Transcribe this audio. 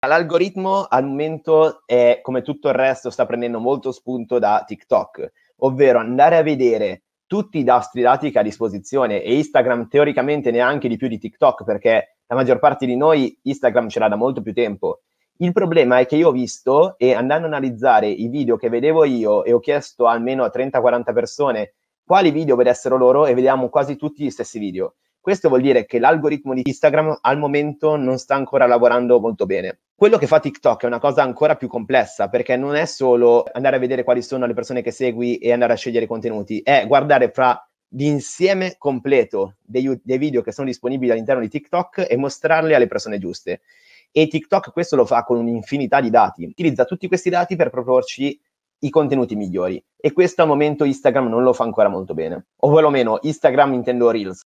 L'algoritmo al momento è, come tutto il resto, sta prendendo molto spunto da TikTok, ovvero andare a vedere tutti i nostri dati che ha a disposizione, e Instagram teoricamente neanche di più di TikTok, perché la maggior parte di noi Instagram ce l'ha da molto più tempo. Il problema è che io ho visto, e andando a analizzare i video che vedevo io, e ho chiesto almeno a 30-40 persone quali video vedessero loro, e vediamo quasi tutti gli stessi video. Questo vuol dire che l'algoritmo di Instagram al momento non sta ancora lavorando molto bene. Quello che fa TikTok è una cosa ancora più complessa, perché non è solo andare a vedere quali sono le persone che segui e andare a scegliere i contenuti, è guardare fra l'insieme completo dei video che sono disponibili all'interno di TikTok e mostrarli alle persone giuste. E TikTok questo lo fa con un'infinità di dati. Utilizza tutti questi dati per proporci i contenuti migliori. E questo al momento Instagram non lo fa ancora molto bene. O perlomeno Instagram intendo Reels.